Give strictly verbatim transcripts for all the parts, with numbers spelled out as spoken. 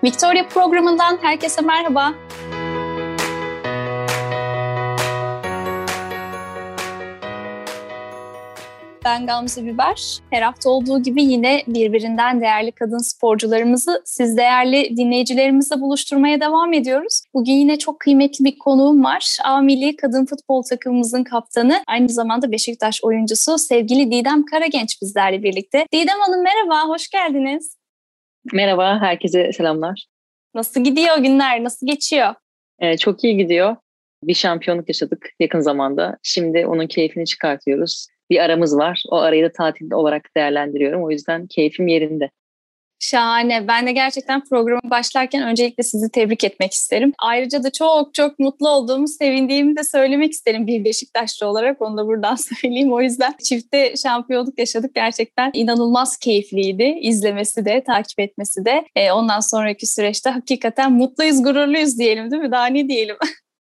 Victoria programından herkese merhaba. Ben Gamze Biber. Her hafta olduğu gibi yine birbirinden değerli kadın sporcularımızı siz değerli dinleyicilerimizle buluşturmaya devam ediyoruz. Bugün yine çok kıymetli bir konuğum var. A Milli Kadın Futbol takımımızın kaptanı, aynı zamanda Beşiktaş oyuncusu sevgili Didem Karagenç bizlerle birlikte. Didem Hanım merhaba, hoş geldiniz. Merhaba, herkese selamlar. Nasıl gidiyor günler, nasıl geçiyor? Ee, çok iyi gidiyor. Bir şampiyonluk yaşadık yakın zamanda. Şimdi onun keyfini çıkartıyoruz. Bir aramız var. O arayı da tatil olarak değerlendiriyorum. O yüzden keyfim yerinde. Şahane. Ben de gerçekten programa başlarken öncelikle sizi tebrik etmek isterim. Ayrıca da çok çok mutlu olduğumu, sevindiğimi de söylemek isterim bir Beşiktaşlı olarak. Onu da buradan söyleyeyim. O yüzden çifte şampiyonluk yaşadık. Gerçekten inanılmaz keyifliydi. İzlemesi de, takip etmesi de. E, ondan sonraki süreçte hakikaten mutluyuz, gururluyuz diyelim değil mi? Daha ne diyelim?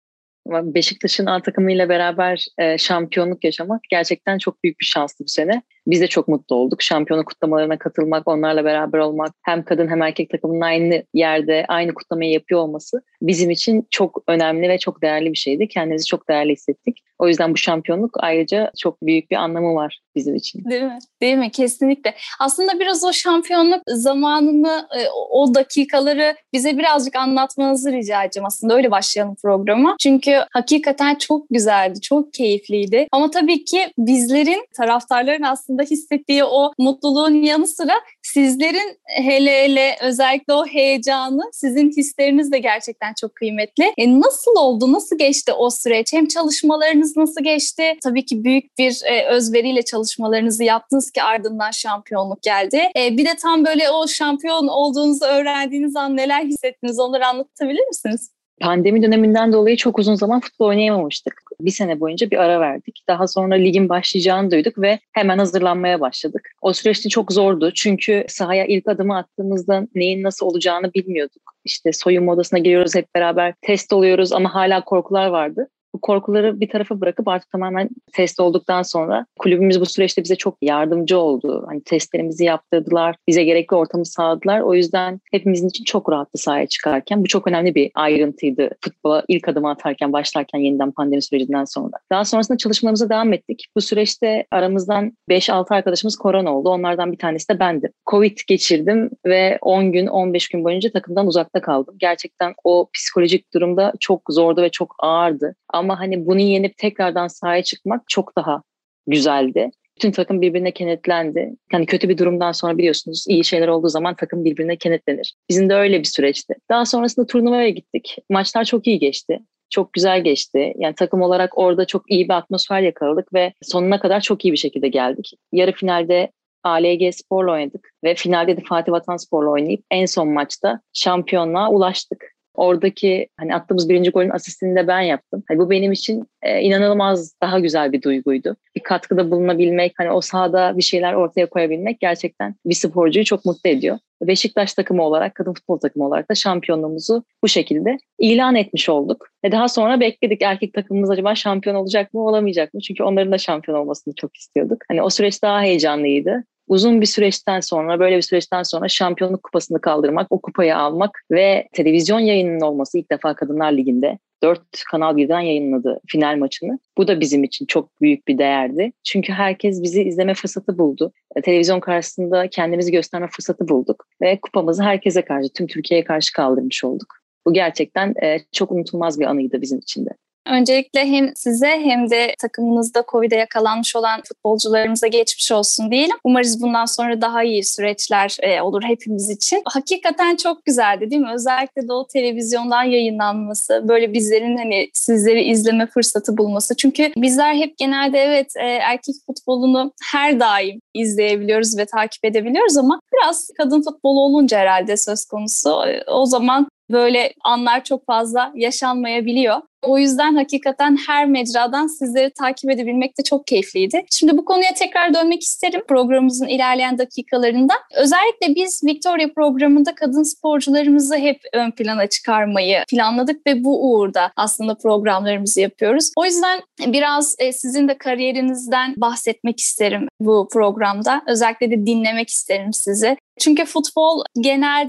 Beşiktaş'ın A takımıyla beraber e, şampiyonluk yaşamak gerçekten çok büyük bir şanstı bu sene. Biz de çok mutlu olduk. Şampiyonluk kutlamalarına katılmak, onlarla beraber olmak, hem kadın hem erkek takımının aynı yerde aynı kutlamayı yapıyor olması bizim için çok önemli ve çok değerli bir şeydi. Kendimizi çok değerli hissettik. O yüzden bu şampiyonluk ayrıca çok büyük bir anlamı var bizim için. Değil mi? Değil mi? Kesinlikle. Aslında biraz o şampiyonluk zamanını, o dakikaları bize birazcık anlatmanızı rica edeceğim. Aslında öyle başlayalım programa. Çünkü hakikaten çok güzeldi, çok keyifliydi. Ama tabii ki bizlerin, taraftarların aslında hissettiği o mutluluğun yanı sıra sizlerin hele hele özellikle o heyecanı, sizin hisleriniz de gerçekten çok kıymetli. E nasıl oldu, nasıl geçti o süreç? Hem çalışmalarınız nasıl geçti? Tabii ki büyük bir e, özveriyle çalışmalarınızı yaptınız ki ardından şampiyonluk geldi. E, bir de tam böyle o şampiyon olduğunuzu öğrendiğiniz an neler hissettiniz? Onları anlatabilir misiniz? Pandemi döneminden dolayı çok uzun zaman futbol oynayamamıştık. Bir sene boyunca bir ara verdik. Daha sonra ligin başlayacağını duyduk ve hemen hazırlanmaya başladık. O süreçte çok zordu çünkü sahaya ilk adımı attığımızda neyin nasıl olacağını bilmiyorduk. İşte soyunma odasına giriyoruz, hep beraber test oluyoruz ama hala korkular vardı. Bu korkuları bir tarafa bırakıp artık tamamen test olduktan sonra kulübümüz bu süreçte bize çok yardımcı oldu. Hani testlerimizi yaptırdılar, bize gerekli ortamı sağladılar. O yüzden hepimizin için çok rahattı sahaya çıkarken. Bu çok önemli bir ayrıntıydı futbola ilk adımı atarken, başlarken yeniden pandemi sürecinden sonra. Daha sonrasında çalışmalarımıza devam ettik. Bu süreçte aramızdan beş altı arkadaşımız korona oldu. Onlardan bir tanesi de bendim. Covid geçirdim ve on gün on beş gün boyunca takımdan uzakta kaldım. Gerçekten o psikolojik durumda çok zordu ve çok ağırdı. Ama hani bunu yenip tekrardan sahaya çıkmak çok daha güzeldi. Bütün takım birbirine kenetlendi. Yani kötü bir durumdan sonra biliyorsunuz iyi şeyler olduğu zaman takım birbirine kenetlenir. Bizim de öyle bir süreçti. Daha sonrasında turnuvaya gittik. Maçlar çok iyi geçti. Çok güzel geçti. Yani takım olarak orada çok iyi bir atmosfer yakaladık ve sonuna kadar çok iyi bir şekilde geldik. Yarı finalde A L G Spor'la oynadık ve finalde de Fatih Vatanspor'la oynayıp en son maçta şampiyonluğa ulaştık. Oradaki hani attığımız birinci golün asistini de ben yaptım. Hani bu benim için e, inanılmaz daha güzel bir duyguydu. Bir katkıda bulunabilmek, hani o sahada bir şeyler ortaya koyabilmek gerçekten bir sporcuyu çok mutlu ediyor. Beşiktaş takımı olarak, kadın futbol takımı olarak da şampiyonluğumuzu bu şekilde ilan etmiş olduk. Ve daha sonra bekledik, erkek takımımız acaba şampiyon olacak mı, olamayacak mı? Çünkü onların da şampiyon olmasını çok istiyorduk. Hani o süreç daha heyecanlıydı. Uzun bir süreçten sonra, böyle bir süreçten sonra şampiyonluk kupasını kaldırmak, o kupayı almak ve televizyon yayınının olması ilk defa Kadınlar Ligi'nde dört Kanal birden yayınladı final maçını. Bu da bizim için çok büyük bir değerdi. Çünkü herkes bizi izleme fırsatı buldu. Televizyon karşısında kendimizi gösterme fırsatı bulduk ve kupamızı herkese karşı, tüm Türkiye'ye karşı kaldırmış olduk. Bu gerçekten çok unutulmaz bir anıydı bizim için de. Öncelikle hem size hem de takımınızda Covid'e yakalanmış olan futbolcularımıza geçmiş olsun diyelim. Umarız bundan sonra daha iyi süreçler e, olur hepimiz için. Hakikaten çok güzeldi değil mi? Özellikle de o televizyondan yayınlanması, böyle bizlerin hani sizleri izleme fırsatı bulması. Çünkü bizler hep genelde evet e, erkek futbolunu her daim izleyebiliyoruz ve takip edebiliyoruz ama biraz kadın futbolu olunca herhalde söz konusu. O zaman böyle anlar çok fazla yaşanmayabiliyor. O yüzden hakikaten her mecradan sizleri takip edebilmek de çok keyifliydi. Şimdi bu konuya tekrar dönmek isterim programımızın ilerleyen dakikalarında. Özellikle biz Victoria programında kadın sporcularımızı hep ön plana çıkarmayı planladık ve bu uğurda aslında programlarımızı yapıyoruz. O yüzden biraz sizin de kariyerinizden bahsetmek isterim bu programda. Özellikle de dinlemek isterim sizi. Çünkü futbol genelde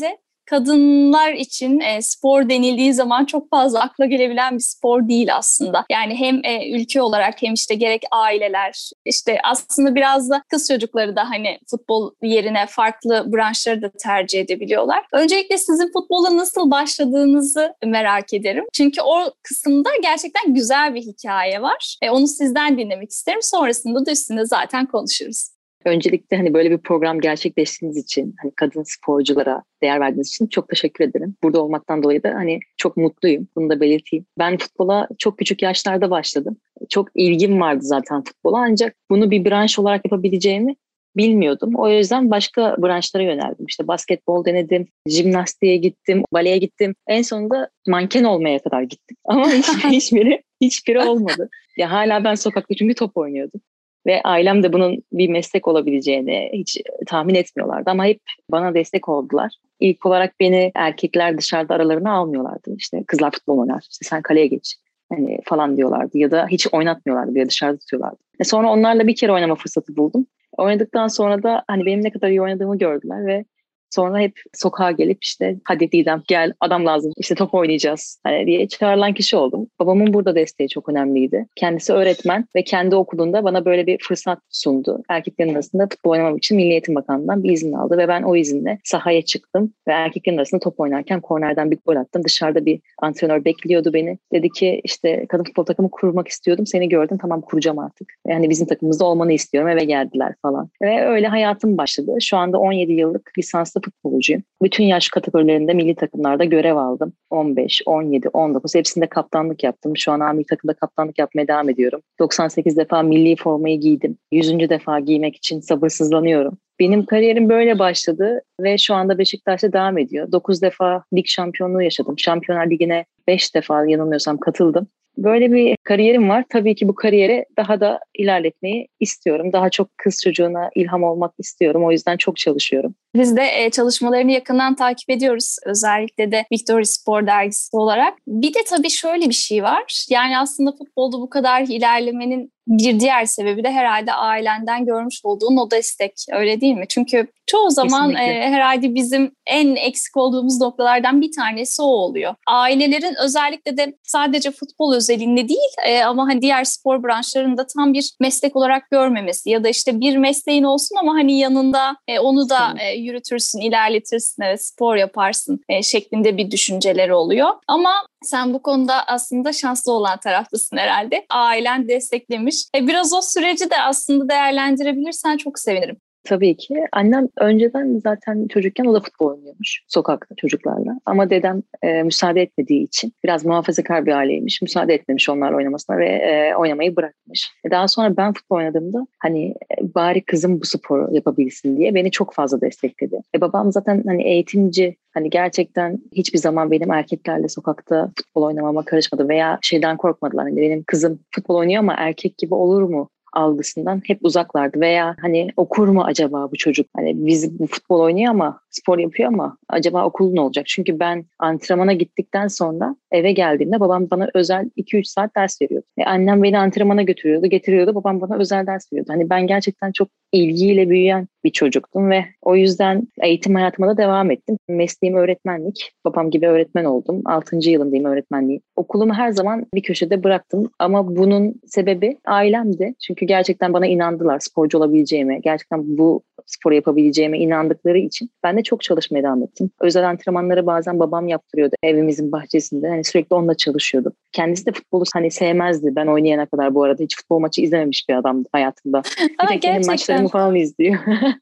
kadınlar için e, spor denildiği zaman çok fazla akla gelebilen bir spor değil aslında. Yani hem e, ülke olarak hem işte gerek aileler, işte aslında biraz da kız çocukları da hani futbol yerine farklı branşları da tercih edebiliyorlar. Öncelikle sizin futbola nasıl başladığınızı merak ederim. Çünkü o kısımda gerçekten güzel bir hikaye var. E, onu sizden dinlemek isterim. Sonrasında da üstünde zaten konuşuruz. Öncelikle hani böyle bir program gerçekleştiğiniz için, hani kadın sporculara değer verdiğiniz için çok teşekkür ederim. Burada olmaktan dolayı da hani çok mutluyum. Bunu da belirteyim. Ben futbola çok küçük yaşlarda başladım. Çok ilgim vardı zaten futbola, ancak bunu bir branş olarak yapabileceğimi bilmiyordum. O yüzden başka branşlara yöneldim. İşte basketbol denedim, jimnastiğe gittim, baleye gittim. En sonunda manken olmaya kadar gittim. Ama hiçbir, hiçbiri, hiçbiri olmadı. Ya hala ben sokakta çünkü top oynuyordum. Ve ailem de bunun bir meslek olabileceğini hiç tahmin etmiyorlardı ama hep bana destek oldular. İlk olarak beni erkekler dışarıda aralarına almıyorlardı. İşte kızlar futbol oynar, işte sen kaleye geç hani falan diyorlardı ya da hiç oynatmıyorlardı ya dışarıda tutuyorlardı. E sonra onlarla bir kere oynama fırsatı buldum. Oynadıktan sonra da hani benim ne kadar iyi oynadığımı gördüler ve sonra hep sokağa gelip işte hadi Didem gel adam lazım işte top oynayacağız hani diye çağrılan kişi oldum. Babamın burada desteği çok önemliydi. Kendisi öğretmen ve kendi okulunda bana böyle bir fırsat sundu. Erkeklerin arasında futbol oynamam için Milli Eğitim Bakanlığı'ndan bir izin aldı ve ben o izinle sahaya çıktım ve erkeklerin arasında top oynarken kornerden bir gol attım. Dışarıda bir antrenör bekliyordu beni. Dedi ki işte kadın futbol takımı kurmak istiyordum. Seni gördüm, tamam kuracağım artık. Yani bizim takımımızda olmanı istiyorum, eve geldiler falan. Ve öyle hayatım başladı. Şu anda on yedi yıllık lisanslı futbolcuyum. Bütün yaş kategorilerinde milli takımlarda görev aldım. on beş, on yedi, on dokuz hepsinde kaptanlık yaptım. Şu an milli takımda kaptanlık yapmaya devam ediyorum. doksan sekiz defa milli formayı giydim. yüzüncü defa giymek için sabırsızlanıyorum. Benim kariyerim böyle başladı ve şu anda Beşiktaş'ta devam ediyor. dokuz defa lig şampiyonluğu yaşadım. Şampiyonlar Ligi'ne beş defa yanılmıyorsam katıldım. Böyle bir kariyerim var. Tabii ki bu kariyeri daha da ilerletmeyi istiyorum. Daha çok kız çocuğuna ilham olmak istiyorum. O yüzden çok çalışıyorum. Biz de çalışmalarını yakından takip ediyoruz. Özellikle de Victory Spor dergisi olarak. Bir de tabii şöyle bir şey var. Yani aslında futbolda bu kadar ilerlemenin bir diğer sebebi de herhalde ailenden görmüş olduğun o destek. Öyle değil mi? Çünkü çoğu zaman e, herhalde bizim en eksik olduğumuz noktalardan bir tanesi o oluyor. Ailelerin özellikle de sadece futbol özelinde değil e, ama hani diğer spor branşlarında tam bir meslek olarak görmemesi ya da işte bir mesleğin olsun ama hani yanında e, onu da e, yürütürsün, ilerletirsin, evet, spor yaparsın e, şeklinde bir düşünceleri oluyor. Ama sen bu konuda aslında şanslı olan taraftasın herhalde. Ailen desteklemiş. E, biraz o süreci de aslında değerlendirebilirsen çok sevinirim. Tabii ki. Annem önceden zaten çocukken o da futbol oynuyormuş sokakta çocuklarla. Ama dedem e, müsaade etmediği için biraz muhafazakar bir aileymiş. Müsaade etmemiş onlarla oynamasına ve e, oynamayı bırakmış. E, daha sonra ben futbol oynadığımda hani e, bari kızım bu sporu yapabilsin diye beni çok fazla destekledi. E, babam zaten hani eğitimci. Hani gerçekten hiçbir zaman benim erkeklerle sokakta futbol oynamama karışmadı veya şeyden korkmadılar. Hani benim kızım futbol oynuyor ama erkek gibi olur mu algısından hep uzaklardı veya hani okur mu acaba bu çocuk? Hani biz bu futbol oynuyor ama spor yapıyor ama acaba okulu ne olacak? Çünkü ben antrenmana gittikten sonra eve geldiğimde babam bana özel iki üç saat ders veriyordu. E annem beni antrenmana götürüyordu, getiriyordu. Babam bana özel ders veriyordu. Hani ben gerçekten çok ilgiyle büyüyen bir çocuktum ve o yüzden eğitim hayatıma da devam ettim. Mesleğim öğretmenlik. Babam gibi öğretmen oldum. altıncı yılımdayım öğretmenliği. Okulumu her zaman bir köşede bıraktım ama bunun sebebi ailemdi. Çünkü gerçekten bana inandılar sporcu olabileceğime, gerçekten bu sporu yapabileceğime inandıkları için ben de çok çalışmaya devam ettim. Özel antrenmanları bazen babam yaptırıyordu evimizin bahçesinde. Hani sürekli onunla çalışıyordum. Kendisi de futbolu hani sevmezdi ben oynayana kadar bu arada. Hiç futbol maçı izlememiş bir adamdı hayatında. Bir tek benim maçlarımı falan izliyor.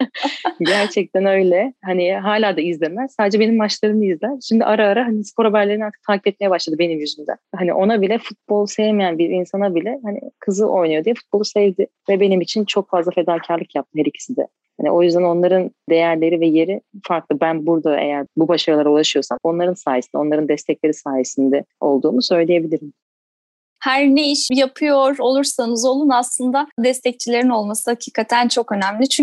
Gerçekten öyle. Hani hala da izlemez. Sadece benim maçlarımı izler. Şimdi ara ara hani spor haberlerini artık takip etmeye başladı benim yüzümden. Hani ona bile futbol sevmeyen bir insana bile hani kızı oynuyor diye futbolu sevdi. Ve benim için çok fazla fedakarlık yaptı her ikisi de. Yani o yüzden onların değerleri ve yeri farklı. Ben burada eğer bu başarılara ulaşıyorsam onların sayesinde, onların destekleri sayesinde olduğumu söyleyebilirim. Her ne iş yapıyor olursanız olun aslında destekçilerin olması hakikaten çok önemli. Çünkü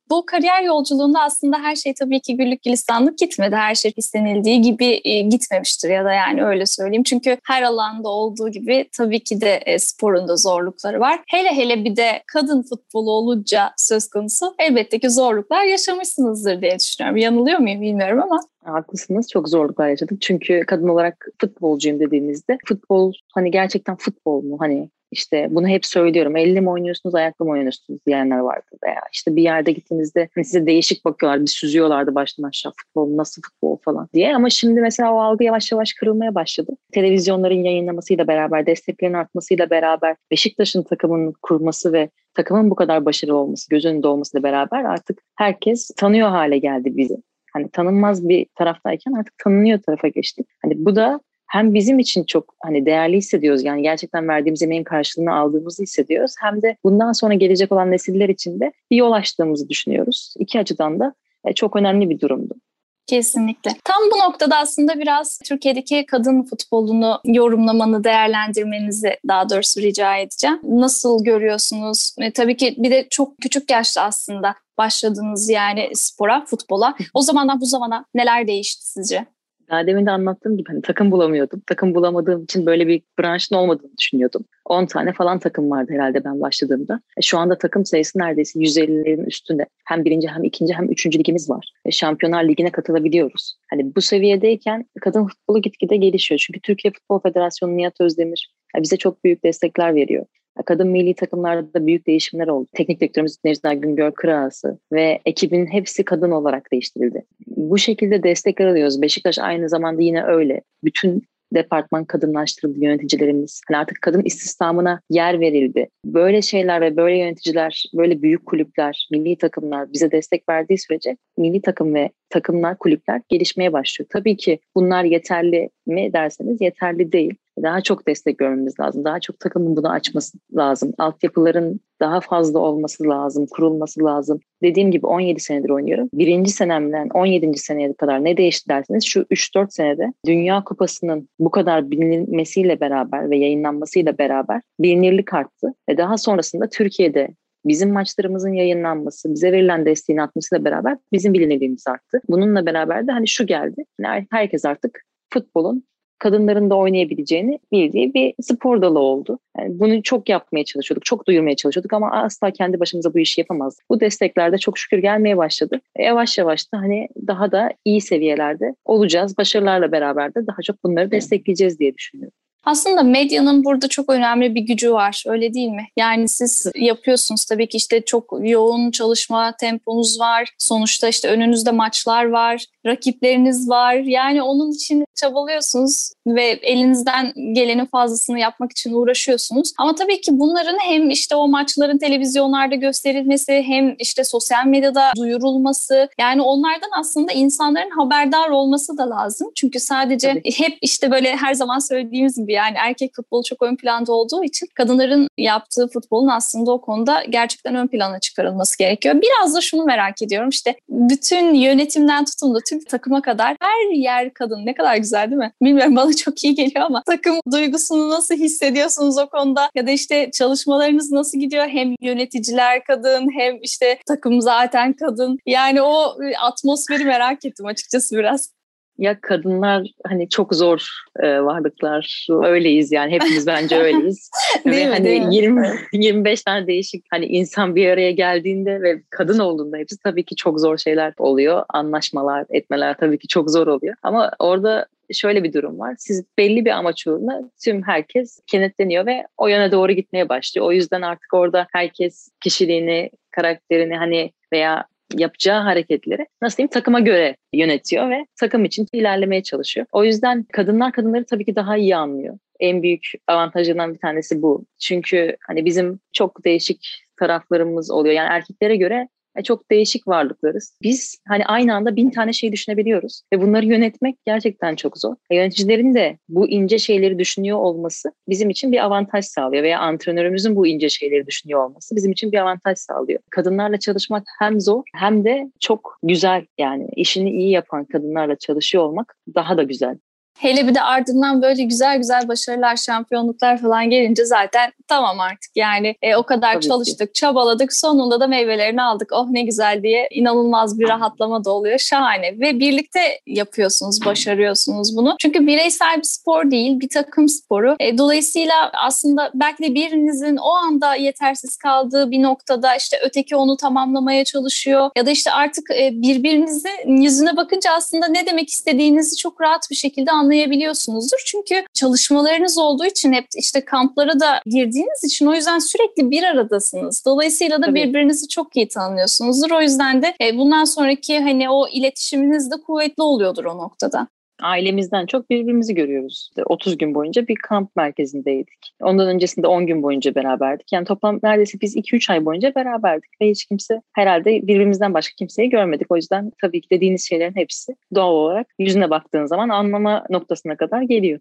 Bu kariyer yolculuğunda aslında her şey tabii ki güllük gülistanlık gitmedi. Her şey istenildiği gibi e, gitmemiştir ya da yani öyle söyleyeyim. Çünkü her alanda olduğu gibi tabii ki de e, sporun da zorlukları var. Hele hele bir de kadın futbolu olunca söz konusu elbette ki zorluklar yaşamışsınızdır diye düşünüyorum. Yanılıyor muyum bilmiyorum ama. Haklısınız. Çok zorluklar yaşadık. Çünkü kadın olarak futbolcuyum dediğimizde futbol hani gerçekten futbol mu? Hani işte bunu hep söylüyorum. Elle mi oynuyorsunuz, ayakla mı oynuyorsunuz diyenler vardı. Veya işte bir yerde gittiğinizde hani size değişik bakıyorlar. Bir süzüyorlardı baştan aşağı futbol, nasıl futbol falan diye. Ama şimdi mesela o algı yavaş yavaş kırılmaya başladı. Televizyonların yayınlamasıyla beraber, desteklerin artmasıyla beraber, Beşiktaş'ın takımının kurması ve takımın bu kadar başarılı olması, göz önünde olmasıyla beraber artık herkes tanıyor hale geldi bizi. Hani tanınmaz bir taraftayken artık tanınıyor tarafa geçtik. Hani bu da hem bizim için çok hani değerli hissediyoruz. Yani gerçekten verdiğimiz emeğin karşılığını aldığımızı hissediyoruz. Hem de bundan sonra gelecek olan nesiller için de bir yol açtığımızı düşünüyoruz. İki açıdan da çok önemli bir durumdu. Kesinlikle. Tam bu noktada aslında biraz Türkiye'deki kadın futbolunu yorumlamanı, değerlendirmenizi daha doğrusu rica edeceğim. Nasıl görüyorsunuz? E, tabii ki bir de çok küçük yaşta aslında başladınız yani spora, futbola. O zamandan bu zamana neler değişti sizce? Daha demin de anlattığım gibi hani takım bulamıyordum. Takım bulamadığım için böyle bir branşın olmadığını düşünüyordum. on tane falan takım vardı herhalde ben başladığımda. E şu anda takım sayısı neredeyse yüz ellilerin üstünde. Hem birinci hem ikinci hem üçüncü ligimiz var. E Şampiyonlar Ligi'ne katılabiliyoruz. Hani bu seviyedeyken kadın futbolu gitgide gelişiyor. Çünkü Türkiye Futbol Federasyonu Nihat Özdemir bize çok büyük destekler veriyor. Kadın milli takımlarda büyük değişimler oldu. Teknik direktörümüz Necla Güngör Kıraası ve ekibin hepsi kadın olarak değiştirildi. Bu şekilde destekler alıyoruz. Beşiktaş aynı zamanda yine öyle. Bütün departman kadınlaştırıldı, yöneticilerimiz. Hani artık kadın istihdamına yer verildi. Böyle şeyler ve böyle yöneticiler, böyle büyük kulüpler, milli takımlar bize destek verdiği sürece milli takım ve takımlar, kulüpler gelişmeye başlıyor. Tabii ki bunlar yeterli mi derseniz yeterli değil. Daha çok destek görmemiz lazım. Daha çok takımın bunu açması lazım. Altyapıların daha fazla olması lazım, kurulması lazım. Dediğim gibi on yedi senedir oynuyorum. Birinci senemden on yedinci seneye kadar ne değişti derseniz şu üç dört senede Dünya Kupası'nın bu kadar bilinmesiyle beraber ve yayınlanmasıyla beraber bilinirlik arttı. Ve daha sonrasında Türkiye'de bizim maçlarımızın yayınlanması, bize verilen desteğin artmasıyla beraber bizim bilinirliğimiz arttı. Bununla beraber de hani şu geldi. Yani herkes artık futbolun kadınların da oynayabileceğini bildiği bir spor dalı oldu. Yani bunu çok yapmaya çalışıyorduk, çok duyurmaya çalışıyorduk ama asla kendi başımıza bu işi yapamazdık. Bu destekler de çok şükür gelmeye başladı. E yavaş yavaş da hani daha da iyi seviyelerde olacağız. Başarılarla beraber de daha çok bunları destekleyeceğiz diye düşünüyorum. Aslında medyanın burada çok önemli bir gücü var, öyle değil mi? Yani siz yapıyorsunuz tabii ki işte çok yoğun çalışma temponuz var. Sonuçta işte önünüzde maçlar var, rakipleriniz var. Yani onun için çabalıyorsunuz ve elinizden gelenin fazlasını yapmak için uğraşıyorsunuz. Ama tabii ki bunların hem işte o maçların televizyonlarda gösterilmesi hem işte sosyal medyada duyurulması, yani onlardan aslında insanların haberdar olması da lazım. Çünkü sadece tabii. hep işte böyle her zaman söylediğimiz gibi yani erkek futbolu çok ön planda olduğu için kadınların yaptığı futbolun aslında o konuda gerçekten ön plana çıkarılması gerekiyor. Biraz da şunu merak ediyorum, işte bütün yönetimden tutun da tüm takıma kadar her yer kadın. Ne kadar güzel değil mi? Bilmiyorum, bana çok iyi geliyor ama takım duygusunu nasıl hissediyorsunuz o konuda? Ya da işte çalışmalarınız nasıl gidiyor? Hem yöneticiler kadın hem işte takım zaten kadın. Yani o atmosferi merak ettim açıkçası biraz. Ya kadınlar hani çok zor e, varlıklar, öyleyiz yani hepimiz bence öyleyiz. Değil ve mi, hani değil mi? yirmi yirmi beş tane değişik hani insan bir araya geldiğinde ve kadın olduğunda hepsi tabii ki çok zor şeyler oluyor. Anlaşmalar, etmeler tabii ki çok zor oluyor. Ama orada şöyle bir durum var. Siz belli bir amaç uğruna tüm herkes kenetleniyor ve o yöne doğru gitmeye başlıyor. O yüzden artık orada herkes kişiliğini, karakterini hani veya yapacağı hareketleri nasıl diyeyim takıma göre yönetiyor ve takım için ilerlemeye çalışıyor. O yüzden kadınlar kadınları tabii ki daha iyi anlıyor. En büyük avantajlarından bir tanesi bu. Çünkü hani bizim çok değişik taraflarımız oluyor. Yani erkeklere göre çok değişik varlıklarız. Biz hani aynı anda bin tane şey düşünebiliyoruz ve bunları yönetmek gerçekten çok zor. E, yöneticilerin de bu ince şeyleri düşünüyor olması bizim için bir avantaj sağlıyor veya antrenörümüzün bu ince şeyleri düşünüyor olması bizim için bir avantaj sağlıyor. Kadınlarla çalışmak hem zor hem de çok güzel, yani işini iyi yapan kadınlarla çalışıyor olmak daha da güzel. Hele bir de ardından böyle güzel güzel başarılar, şampiyonluklar falan gelince zaten tamam artık yani e, o kadar Tabii çalıştık, ki. çabaladık, sonunda da meyvelerini aldık. Oh ne güzel diye inanılmaz bir rahatlama da oluyor. Şahane ve birlikte yapıyorsunuz, başarıyorsunuz bunu. Çünkü bireysel bir spor değil, bir takım sporu. E, dolayısıyla aslında belki de birinizin o anda yetersiz kaldığı bir noktada işte öteki onu tamamlamaya çalışıyor ya da işte artık e, birbirinizin yüzüne bakınca aslında ne demek istediğinizi çok rahat bir şekilde anlayabiliyorsunuzdur. Çünkü çalışmalarınız olduğu için hep işte kamplara da girdiğiniz için o yüzden sürekli bir aradasınız. Dolayısıyla da Tabii. birbirinizi çok iyi tanıyorsunuzdur. O yüzden de e, bundan sonraki hani o iletişiminiz de kuvvetli oluyordur o noktada. Ailemizden çok birbirimizi görüyoruz. İşte otuz gün boyunca bir kamp merkezindeydik. Ondan öncesinde on gün boyunca beraberdik. Yani toplam neredeyse biz iki üç ay boyunca beraberdik. Ve hiç kimse herhalde birbirimizden başka kimseyi görmedik. O yüzden tabii ki dediğiniz şeylerin hepsi doğal olarak yüzüne baktığın zaman anlama noktasına kadar geliyor.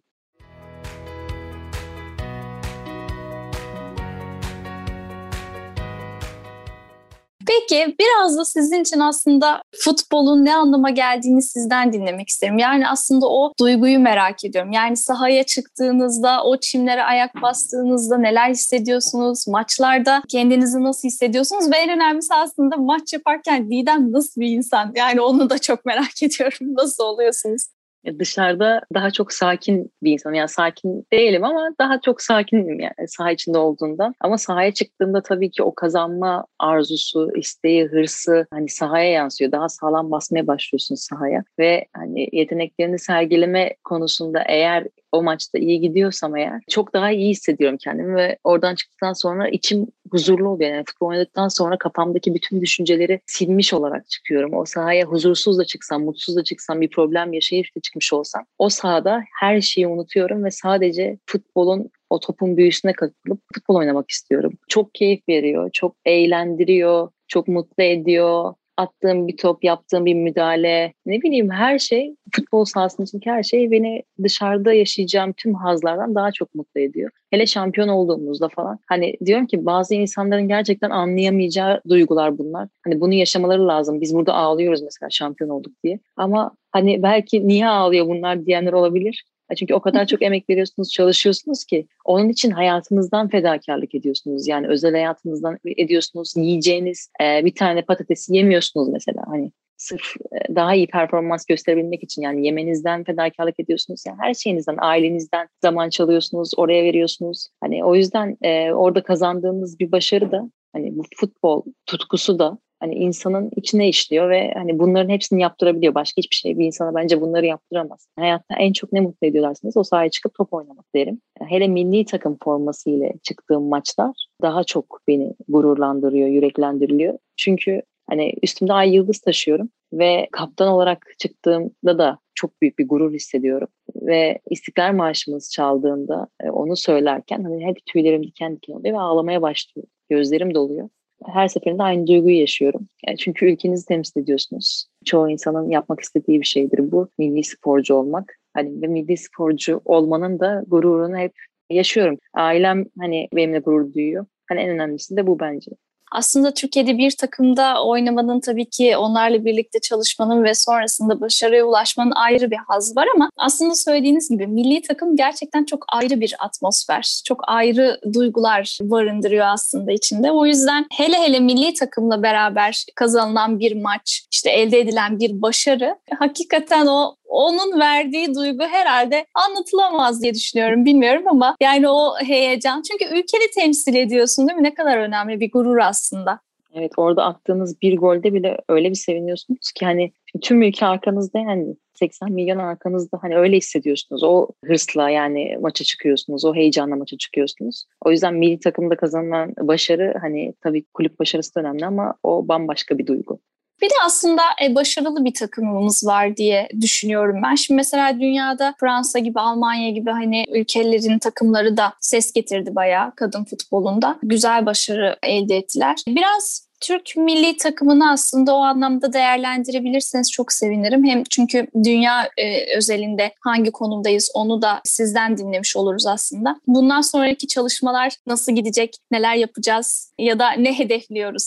Peki biraz da sizin için aslında futbolun ne anlama geldiğini sizden dinlemek isterim. Yani aslında o duyguyu merak ediyorum. Yani sahaya çıktığınızda, o çimlere ayak bastığınızda neler hissediyorsunuz? Maçlarda kendinizi nasıl hissediyorsunuz? Ve en önemlisi aslında maç yaparken Didem nasıl bir insan? Yani onu da çok merak ediyorum. Nasıl oluyorsunuz? Dışarıda daha çok sakin bir insanım. Yani sakin değilim ama daha çok sakinim yani saha içinde olduğunda. Ama sahaya çıktığımda tabii ki o kazanma arzusu, isteği, hırsı hani sahaya yansıyor. Daha sağlam basmaya başlıyorsun sahaya. Ve hani yeteneklerini sergileme konusunda eğer o maçta iyi gidiyorsam eğer çok daha iyi hissediyorum kendimi ve oradan çıktıktan sonra içim huzurlu oluyor. Yani futbol oynadıktan sonra kafamdaki bütün düşünceleri silmiş olarak çıkıyorum. O sahaya huzursuz da çıksam, mutsuz da çıksam, bir problem yaşayıp da çıkmış olsam o sahada her şeyi unutuyorum ve sadece futbolun o topun büyüsüne kapılıp futbol oynamak istiyorum. Çok keyif veriyor, çok eğlendiriyor, çok mutlu ediyor. Attığım bir top, yaptığım bir müdahale, ne bileyim her şey, futbol sahasındaki her şey beni dışarıda yaşayacağım tüm hazlardan daha çok mutlu ediyor. Hele şampiyon olduğumuzda falan. Hani diyorum ki bazı insanların gerçekten anlayamayacağı duygular bunlar. Hani bunu yaşamaları lazım. Biz burada ağlıyoruz mesela şampiyon olduk diye. Ama hani belki niye ağlıyor bunlar diyenler olabilir. Çünkü o kadar çok emek veriyorsunuz, çalışıyorsunuz ki onun için hayatınızdan fedakarlık ediyorsunuz. Yani özel hayatınızdan ediyorsunuz. Yiyeceğiniz e, bir tane patatesi yemiyorsunuz mesela. Hani sırf e, daha iyi performans gösterebilmek için yani yemenizden fedakarlık ediyorsunuz. Yani her şeyinizden, ailenizden zaman çalıyorsunuz, oraya veriyorsunuz. Hani o yüzden e, orada kazandığınız bir başarı da hani bu futbol tutkusu da hani insanın içine işliyor ve hani bunların hepsini yaptırabiliyor. Başka hiçbir şey bir insana bence bunları yaptıramaz. Hayatta en çok ne mutlu ediyor derseniz o sahaya çıkıp top oynamak derim. Hele milli takım forması ile çıktığım maçlar daha çok beni gururlandırıyor, yüreklendiriyor. Çünkü hani üstümde ay yıldız taşıyorum ve kaptan olarak çıktığımda da çok büyük bir gurur hissediyorum. Ve İstiklal Marşımız çaldığında onu söylerken hani hep tüylerim diken diken oluyor ve ağlamaya başlıyorum. Gözlerim doluyor. Her seferinde aynı duyguyu yaşıyorum. Yani çünkü ülkenizi temsil ediyorsunuz. Çoğu insanın yapmak istediği bir şeydir bu. Milli sporcu olmak. Hani ve milli sporcu olmanın da gururunu hep yaşıyorum. Ailem hani benimle gurur duyuyor. Hani en önemlisi de bu bence. Aslında Türkiye'de bir takımda oynamanın tabii ki onlarla birlikte çalışmanın ve sonrasında başarıya ulaşmanın ayrı bir hazzı var ama aslında söylediğiniz gibi milli takım gerçekten çok ayrı bir atmosfer. Çok ayrı duygular barındırıyor aslında içinde. O yüzden hele hele milli takımla beraber kazanılan bir maç, işte elde edilen bir başarı hakikaten o onun verdiği duygu herhalde anlatılamaz diye düşünüyorum. Bilmiyorum ama yani o heyecan. Çünkü ülkeni temsil ediyorsun değil mi? Ne kadar önemli bir gurur aslında. Evet, orada attığınız bir golde bile öyle bir seviniyorsunuz ki hani tüm ülke arkanızda, yani seksen milyon arkanızda, hani öyle hissediyorsunuz. O hırsla yani maça çıkıyorsunuz, o heyecanla maça çıkıyorsunuz. O yüzden milli takımda kazanılan başarı hani tabii kulüp başarısı da önemli ama o bambaşka bir duygu. Bir de aslında e, başarılı bir takımımız var diye düşünüyorum ben. Şimdi mesela dünyada Fransa gibi, Almanya gibi hani ülkelerin takımları da ses getirdi bayağı kadın futbolunda. Güzel başarı elde ettiler. Biraz Türk milli takımını aslında o anlamda değerlendirebilirseniz çok sevinirim. Hem çünkü dünya e, özelinde hangi konumdayız onu da sizden dinlemiş oluruz aslında. Bundan sonraki çalışmalar nasıl gidecek, neler yapacağız ya da ne hedefliyoruz?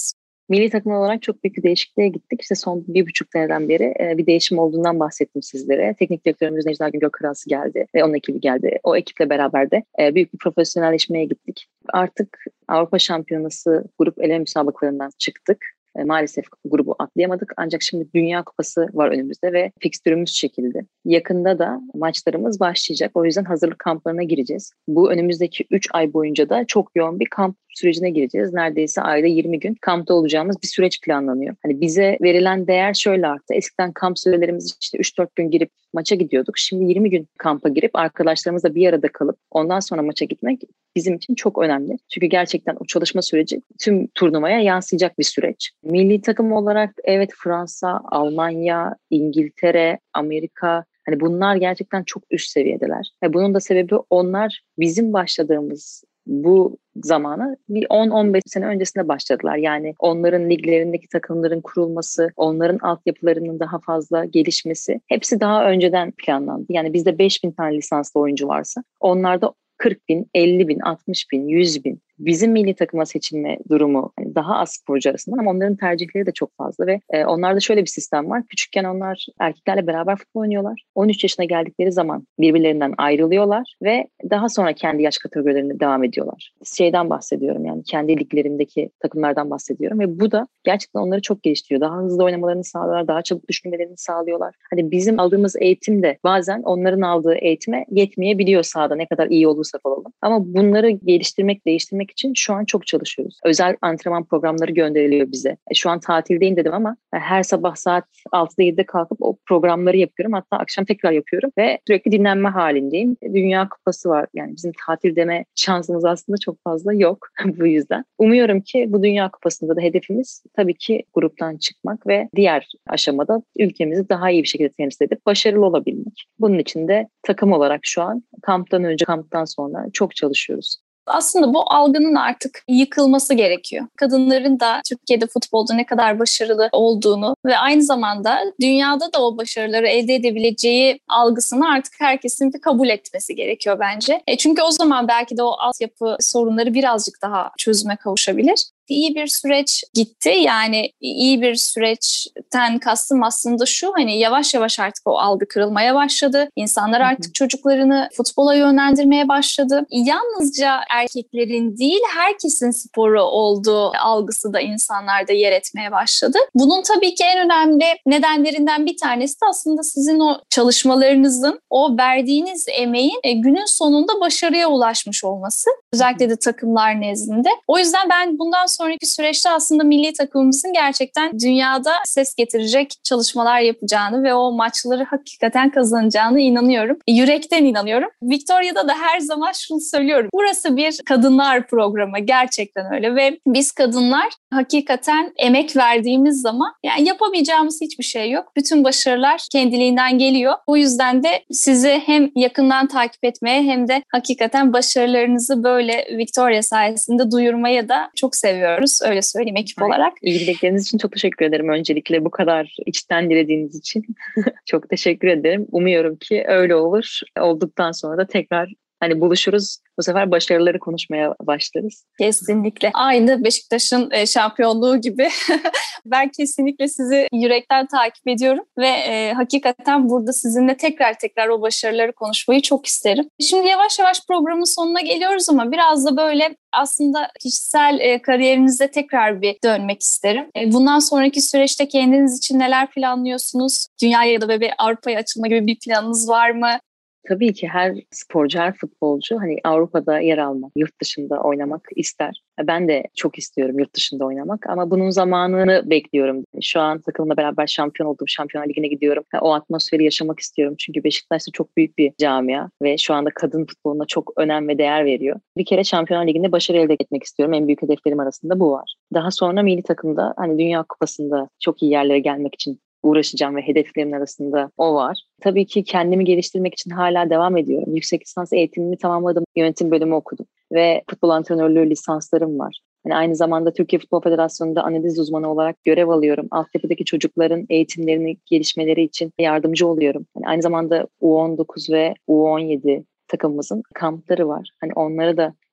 Milli takım olarak çok büyük bir değişikliğe gittik. İşte son bir buçuk seneden beri e, bir değişim olduğundan bahsettim sizlere. Teknik direktörümüz Necla Güngör Kırası geldi ve onun ekibi geldi. O ekiple beraber de e, büyük bir profesyonelleşmeye gittik. Artık Avrupa Şampiyonası grup eleme müsabakalarından çıktık. E, maalesef grubu atlayamadık ancak şimdi Dünya Kupası var önümüzde ve fikstürümüz çekildi. Yakında da maçlarımız başlayacak. O yüzden hazırlık kamplarına gireceğiz. Bu önümüzdeki üç ay boyunca da çok yoğun bir kamp sürecine gireceğiz. Neredeyse ayda yirmi gün kampta olacağımız bir süreç planlanıyor. Hani bize verilen değer şöyle arttı. Eskiden kamp sürelerimiz işte üç dört gün girip maça gidiyorduk. Şimdi yirmi gün kampa girip arkadaşlarımızla bir arada kalıp ondan sonra maça gitmek bizim için çok önemli. Çünkü gerçekten o çalışma süreci tüm turnuvaya yansıyacak bir süreç. Milli takım olarak evet Fransa, Almanya, İngiltere, Amerika, hani bunlar gerçekten çok üst seviyedeler. Ve bunun da sebebi onlar bizim başladığımız bu zamana bir on on beş sene öncesinde başladılar. Yani onların liglerindeki takımların kurulması, onların altyapılarının daha fazla gelişmesi hepsi daha önceden planlandı. Yani bizde beş bin tane lisanslı oyuncu varsa onlarda kırk bin, elli bin, altmış bin, yüz bin. Bizim milli takıma seçilme durumu yani daha az sporcu arasında ama onların tercihleri de çok fazla ve e, onlarda şöyle bir sistem var. Küçükken onlar erkeklerle beraber futbol oynuyorlar. on üç yaşına geldikleri zaman birbirlerinden ayrılıyorlar ve daha sonra kendi yaş kategorilerinde devam ediyorlar. Şeyden bahsediyorum yani kendi liglerindeki takımlardan bahsediyorum ve bu da gerçekten onları çok geliştiriyor. Daha hızlı oynamalarını sağlıyorlar, daha çabuk düşünmelerini sağlıyorlar. Hani bizim aldığımız eğitim de bazen onların aldığı eğitime yetmeyebiliyor sahada ne kadar iyi olursak olalım. Ama bunları geliştirmek, değiştirmek için şu an çok çalışıyoruz. Özel antrenman programları gönderiliyor bize. Şu an tatildeyim dedim ama her sabah saat altıda yedide kalkıp o programları yapıyorum. Hatta akşam tekrar yapıyorum ve sürekli dinlenme halindeyim. Dünya Kupası var. Yani bizim tatil deme şansımız aslında çok fazla yok bu yüzden. Umuyorum ki bu Dünya Kupası'nda da hedefimiz tabii ki gruptan çıkmak ve diğer aşamada ülkemizi daha iyi bir şekilde temsil edip başarılı olabilmek. Bunun için de takım olarak şu an kamptan önce, kamptan sonra çok çalışıyoruz. Aslında bu algının artık yıkılması gerekiyor. Kadınların da Türkiye'de futbolda ne kadar başarılı olduğunu ve aynı zamanda dünyada da o başarıları elde edebileceği algısını artık herkesin bir kabul etmesi gerekiyor bence. E çünkü o zaman belki de o altyapı sorunları birazcık daha çözüme kavuşabilir. İyi bir süreç gitti. Yani iyi bir süreçten kastım aslında şu, hani yavaş yavaş artık o algı kırılmaya başladı. İnsanlar artık çocuklarını futbola yönlendirmeye başladı. Yalnızca erkeklerin değil, herkesin sporu olduğu algısı da insanlarda yer etmeye başladı. Bunun tabii ki en önemli nedenlerinden bir tanesi de aslında sizin o çalışmalarınızın, o verdiğiniz emeğin e, günün sonunda başarıya ulaşmış olması. Özellikle de takımlar nezdinde. O yüzden ben bundan sonraki süreçte aslında milli takımımızın gerçekten dünyada ses getirecek çalışmalar yapacağını ve o maçları hakikaten kazanacağını inanıyorum. Yürekten inanıyorum. Victoria'da da her zaman şunu söylüyorum. Burası bir kadınlar programı. Gerçekten öyle ve biz kadınlar hakikaten emek verdiğimiz zaman yani yapamayacağımız hiçbir şey yok. Bütün başarılar kendiliğinden geliyor. Bu yüzden de sizi hem yakından takip etmeye hem de hakikaten başarılarınızı böyle Victoria sayesinde duyurmaya da çok seviyoruz. Öyle söyleyeyim ekip olarak. İyilikleriniz için çok teşekkür ederim öncelikle bu kadar içten dilediğiniz için. Çok teşekkür ederim. Umuyorum ki öyle olur. Olduktan sonra da tekrar hani buluşuruz. Bu sefer başarıları konuşmaya başlarız. Kesinlikle. Aynı Beşiktaş'ın şampiyonluğu gibi. Ben kesinlikle sizi yürekten takip ediyorum ve e, hakikaten burada sizinle tekrar tekrar o başarıları konuşmayı çok isterim. Şimdi yavaş yavaş programın sonuna geliyoruz ama biraz da böyle aslında kişisel e, kariyerinize tekrar bir dönmek isterim. E, bundan sonraki süreçte kendiniz için neler planlıyorsunuz? Dünyaya ya da bir Avrupa'ya açılma gibi bir planınız var mı? Tabii ki her sporcu, her futbolcu hani Avrupa'da yer almak, yurt dışında oynamak ister. Ben de çok istiyorum yurt dışında oynamak ama bunun zamanını bekliyorum. Şu an takımla beraber şampiyon oldum, Şampiyonlar Ligi'ne gidiyorum. O atmosferi yaşamak istiyorum çünkü Beşiktaş'ta çok büyük bir camia ve şu anda kadın futboluna çok önem ve değer veriyor. Bir kere Şampiyonlar Ligi'nde başarı elde etmek istiyorum. En büyük hedeflerim arasında bu var. Daha sonra milli takımda hani Dünya Kupası'nda çok iyi yerlere gelmek için uğraşacağım ve hedeflerimin arasında o var. Tabii ki kendimi geliştirmek için hala devam ediyorum. Yüksek lisans eğitimimi tamamladım. Yönetim bölümü okudum ve futbol antrenörlüğü lisanslarım var. Yani aynı zamanda Türkiye Futbol Federasyonu'nda analiz uzmanı olarak görev alıyorum. Altyapıdaki çocukların eğitimlerini, gelişmeleri için yardımcı oluyorum. Yani aynı zamanda U on dokuz ve U on yedi takımımızın kampları var. Hani onlara da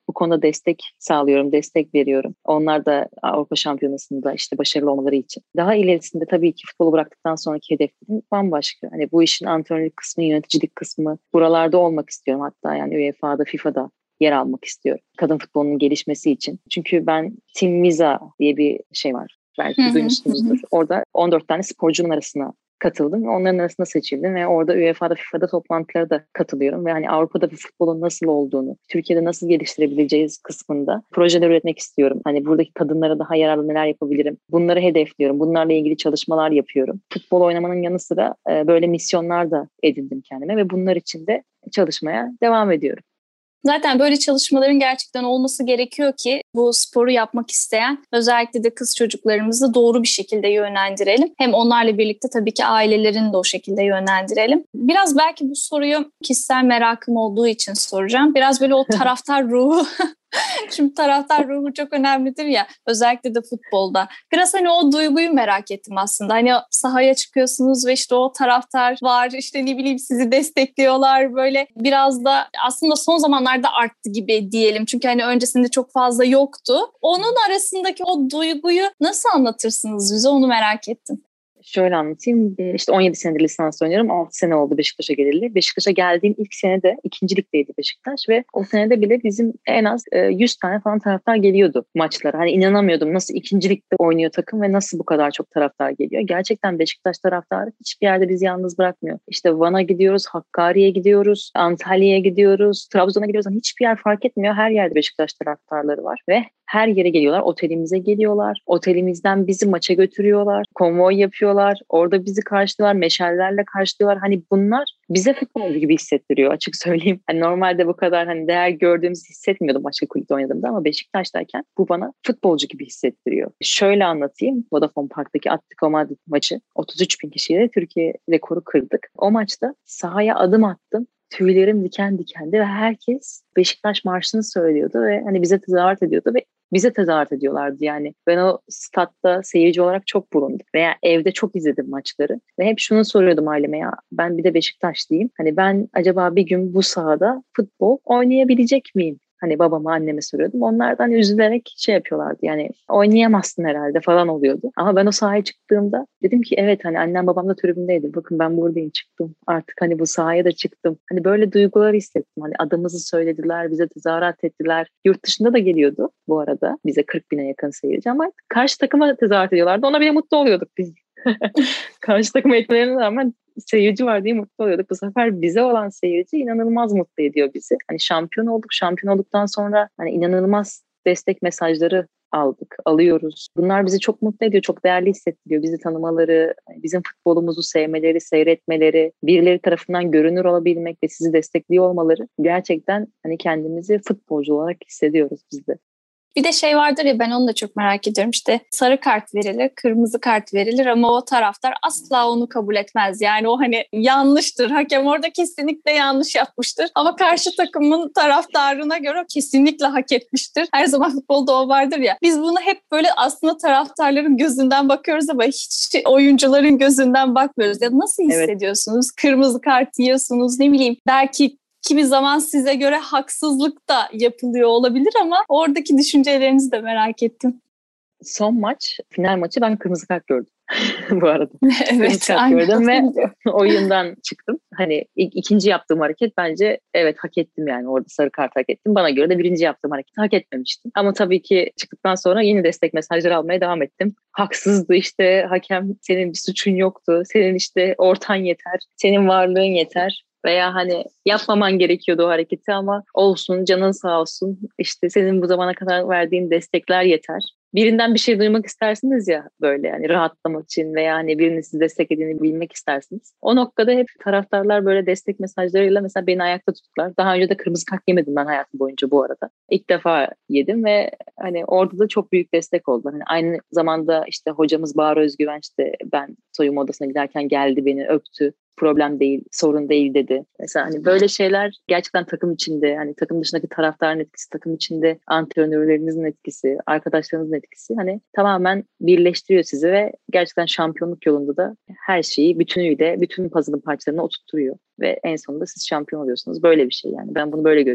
bu konuda destek sağlıyorum, destek veriyorum. Onlar da Avrupa Şampiyonası'nda işte başarılı olmaları için. Daha ilerisinde tabii ki futbolu bıraktıktan sonraki hedeflerim bambaşka. Hani bu işin antrenörlük kısmı, yöneticilik kısmı buralarda olmak istiyorum. Hatta yani U E F A'da, FIFA'da yer almak istiyorum. Kadın futbolunun gelişmesi için. Çünkü ben Team Visa diye bir şey var. Belki duymuşsunuzdur. Orada on dört tane sporcunun arasına katıldım ve onların arasında seçildim ve orada U E F A'da, FIFA'da toplantılara da katılıyorum ve hani Avrupa'da bir futbolun nasıl olduğunu, Türkiye'de nasıl geliştirebileceğiz kısmında projeler üretmek istiyorum. Hani buradaki kadınlara daha yararlı neler yapabilirim? Bunları hedefliyorum. Bunlarla ilgili çalışmalar yapıyorum. Futbol oynamanın yanı sıra böyle misyonlar da edindim kendime ve bunlar için de çalışmaya devam ediyorum. Zaten böyle çalışmaların gerçekten olması gerekiyor ki bu sporu yapmak isteyen özellikle de kız çocuklarımızı doğru bir şekilde yönlendirelim. Hem onlarla birlikte tabii ki ailelerini de o şekilde yönlendirelim. Biraz belki bu soruyu kişisel merakım olduğu için soracağım. Biraz böyle o taraftar ruhu Şimdi taraftar ruhu çok önemlidir ya, özellikle de futbolda. Biraz hani o duyguyu merak ettim aslında. Hani sahaya çıkıyorsunuz ve işte o taraftar var, işte ne bileyim sizi destekliyorlar. Böyle biraz da aslında son zamanlarda arttı gibi diyelim. Çünkü hani öncesinde çok fazla yoktu. Onun arasındaki o duyguyu nasıl anlatırsınız bize, onu merak ettim. Şöyle anlatayım. İşte on yedi senedir lisans oynuyorum. altı sene oldu Beşiktaş'a geleli. Beşiktaş'a geldiğim ilk senede ikincilikteydi Beşiktaş ve o senede bile bizim en az yüz tane falan taraftar geliyordu maçlara. Hani inanamıyordum nasıl ikincilikte oynuyor takım ve nasıl bu kadar çok taraftar geliyor. Gerçekten Beşiktaş taraftarı hiçbir yerde bizi yalnız bırakmıyor. İşte Van'a gidiyoruz, Hakkari'ye gidiyoruz, Antalya'ya gidiyoruz, Trabzon'a gidiyoruz. Yani hiçbir yer fark etmiyor. Her yerde Beşiktaş taraftarları var ve her yere geliyorlar. Otelimize geliyorlar. Otelimizden bizi maça götürüyorlar. Konvoy yapıyorlar. Orada bizi karşılıyorlar. Meşallerle karşılıyorlar. Hani bunlar bize futbolcu gibi hissettiriyor, açık söyleyeyim. Hani normalde bu kadar hani değer gördüğümüzü hissetmiyordum başka kulüpte oynadığımda ama Beşiktaş'tayken bu bana futbolcu gibi hissettiriyor. Şöyle anlatayım. Vodafone Park'taki Atletico Madrid maçı. otuz üç bin kişiyle Türkiye rekoru kırdık. O maçta sahaya adım attım. Tüylerim diken dikendi ve herkes Beşiktaş marşını söylüyordu ve hani bize tezahürat ediyordu ve bize tezahürat ediyorlardı yani. Ben o statta seyirci olarak çok bulundum. Veya evde çok izledim maçları. Ve hep şunu soruyordum aileme, ya ben bir de Beşiktaşlıyım. Hani ben acaba bir gün bu sahada futbol oynayabilecek miyim? Hani babama, anneme soruyordum. Onlar da hani üzülerek şey yapıyorlardı. Yani oynayamazsın herhalde falan oluyordu. Ama ben o sahaya çıktığımda dedim ki evet, hani annem babam da tribündeydi. Bakın ben buradayım, çıktım. Artık hani bu sahaya da çıktım. Hani böyle duygular hissettim. Hani adımızı söylediler, bize tezahürat ettiler. Yurt dışında da geliyordu bu arada. Bize kırk bine yakın seyirci ama karşı takıma tezahürat ediyorlardı. Ona bile mutlu oluyorduk biz. Karşı takıma etmelerine rağmen seyirci var diye mutlu oluyorduk. Bu sefer bize olan seyirci inanılmaz mutlu ediyor bizi. Hani şampiyon olduk. Şampiyon olduktan sonra hani inanılmaz destek mesajları aldık, alıyoruz. Bunlar bizi çok mutlu ediyor, çok değerli hissettiriyor. Bizi tanımaları, bizim futbolumuzu sevmeleri, seyretmeleri, birileri tarafından görünür olabilmek ve sizi destekliyor olmaları, gerçekten hani kendimizi futbolcu olarak hissediyoruz biz de. Bir de şey vardır ya, ben onu da çok merak ediyorum, işte sarı kart verilir, kırmızı kart verilir ama o taraftar asla onu kabul etmez. Yani o hani yanlıştır, hakem orada kesinlikle yanlış yapmıştır ama karşı takımın taraftarına göre kesinlikle hak etmiştir. Her zaman futbolda o vardır ya, biz bunu hep böyle aslında taraftarların gözünden bakıyoruz ama hiç oyuncuların gözünden bakmıyoruz. Ya nasıl hissediyorsunuz? Evet. Kırmızı kart yiyorsunuz, ne bileyim, belki kimi zaman size göre haksızlık da yapılıyor olabilir ama oradaki düşüncelerinizi de merak ettim. Son maç, final maçı ben kırmızı kart gördüm bu arada. Evet, kırmızı kart gördüm ve oyundan çıktım. Hani ilk, ikinci yaptığım hareket bence evet hak ettim, yani orada sarı kart hak ettim. Bana göre de birinci yaptığım hareketi hak etmemiştim. Ama tabii ki çıktıktan sonra yine destek mesajları almaya devam ettim. Haksızdı işte hakem, senin bir suçun yoktu. Senin işte ortan yeter, senin varlığın yeter. Veya hani yapmaman gerekiyordu o hareketi ama olsun, canın sağ olsun. İşte senin bu zamana kadar verdiğin destekler yeter. Birinden bir şey duymak istersiniz ya, böyle yani rahatlamak için veya hani birinin sizi desteklediğini bilmek istersiniz. O noktada hep taraftarlar böyle destek mesajlarıyla mesela beni ayakta tuttular. Daha önce de kırmızı kart yemedim ben hayatım boyunca bu arada. İlk defa yedim ve hani orada da çok büyük destek oldu. Hani aynı zamanda işte hocamız Bahar Özgüvenç de ben soyunma odasına giderken geldi, beni öptü. Problem değil, sorun değil dedi. Mesela hani böyle şeyler gerçekten takım içinde, hani takım dışındaki taraftarın etkisi, takım içinde antrenörlerinizin etkisi, arkadaşlarınızın etkisi hani tamamen birleştiriyor sizi ve gerçekten şampiyonluk yolunda da her şeyi bütünüyle, bütün puzzle'ın parçalarını oturtturuyor ve en sonunda siz şampiyon oluyorsunuz. Böyle bir şey yani. Ben bunu böyle görüyorum.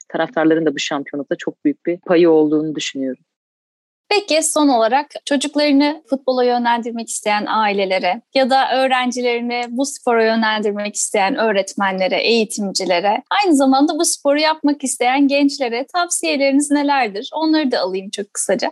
Taraftarların da bu şampiyonlukta çok büyük bir payı olduğunu düşünüyorum. Peki son olarak çocuklarını futbola yönlendirmek isteyen ailelere ya da öğrencilerini bu spora yönlendirmek isteyen öğretmenlere, eğitimcilere, aynı zamanda bu sporu yapmak isteyen gençlere tavsiyeleriniz nelerdir? Onları da alayım çok kısaca.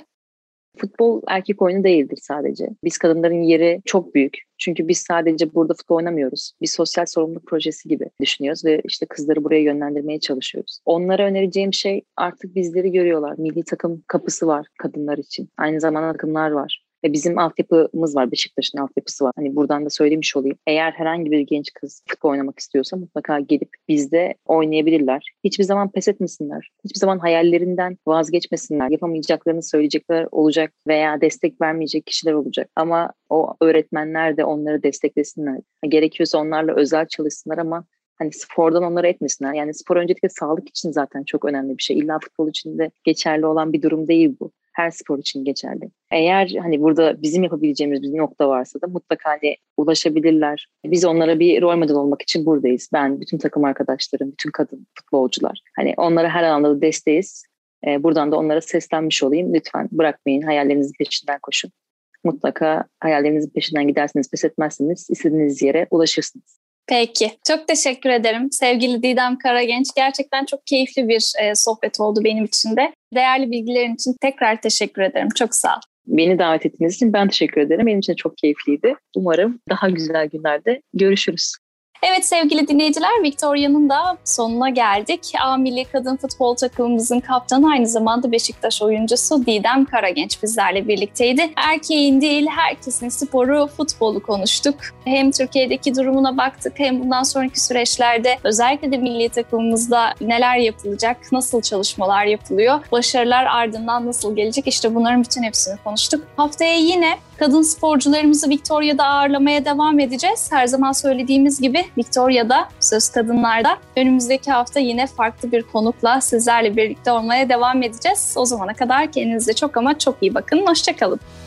Futbol erkek oyunu değildir sadece. Biz kadınların yeri çok büyük. Çünkü biz sadece burada futbol oynamıyoruz. Bir sosyal sorumluluk projesi gibi düşünüyoruz ve işte kızları buraya yönlendirmeye çalışıyoruz. Onlara önereceğim şey, artık bizleri görüyorlar. Milli takım kapısı var kadınlar için. Aynı zamanda takımlar var. Ve bizim altyapımız var. Beşiktaş'ın altyapısı var. Hani buradan da söylemiş olayım. Eğer herhangi bir genç kız futbol oynamak istiyorsa mutlaka gelip bizde oynayabilirler. Hiçbir zaman pes etmesinler. Hiçbir zaman hayallerinden vazgeçmesinler. Yapamayacaklarını söyleyecekler olacak veya destek vermeyecek kişiler olacak. Ama o öğretmenler de onları desteklesinler. Gerekiyorsa onlarla özel çalışsınlar ama hani spordan onları etmesinler. Yani spor öncelikle sağlık için zaten çok önemli bir şey. İlla futbol için de geçerli olan bir durum değil bu. Her spor için geçerli. Eğer hani burada bizim yapabileceğimiz bir nokta varsa da mutlaka hani ulaşabilirler. Biz onlara bir rol model olmak için buradayız. Ben, bütün takım arkadaşlarım, bütün kadın futbolcular. Hani onlara her alanda da desteğiz. Ee, buradan da onlara seslenmiş olayım. Lütfen bırakmayın. Hayallerinizin peşinden koşun. Mutlaka hayallerinizin peşinden giderseniz, pes etmezseniz istediğiniz yere ulaşırsınız. Peki. Çok teşekkür ederim. Sevgili Didem Karagenç, gerçekten çok keyifli bir e, sohbet oldu benim için de. Değerli bilgilerin için tekrar teşekkür ederim. Çok sağ ol. Beni davet ettiğiniz için ben teşekkür ederim. Benim için çok keyifliydi. Umarım daha güzel günlerde görüşürüz. Evet sevgili dinleyiciler, Victoria'nın da sonuna geldik. A Milli Kadın Futbol takımımızın kaptanı, aynı zamanda Beşiktaş oyuncusu Didem Karagenç bizlerle birlikteydi. Erkeğin değil, herkesin sporu, futbolu konuştuk. Hem Türkiye'deki durumuna baktık, hem bundan sonraki süreçlerde özellikle de milli takımımızda neler yapılacak, nasıl çalışmalar yapılıyor, başarılar ardından nasıl gelecek, işte bunların bütün hepsini konuştuk. Haftaya yine kadın sporcularımızı Victoria'da ağırlamaya devam edeceğiz. Her zaman söylediğimiz gibi Victoria'da, Söz Kadınlar'da önümüzdeki hafta yine farklı bir konukla sizlerle birlikte olmaya devam edeceğiz. O zamana kadar kendinize çok ama çok iyi bakın. Hoşça kalın.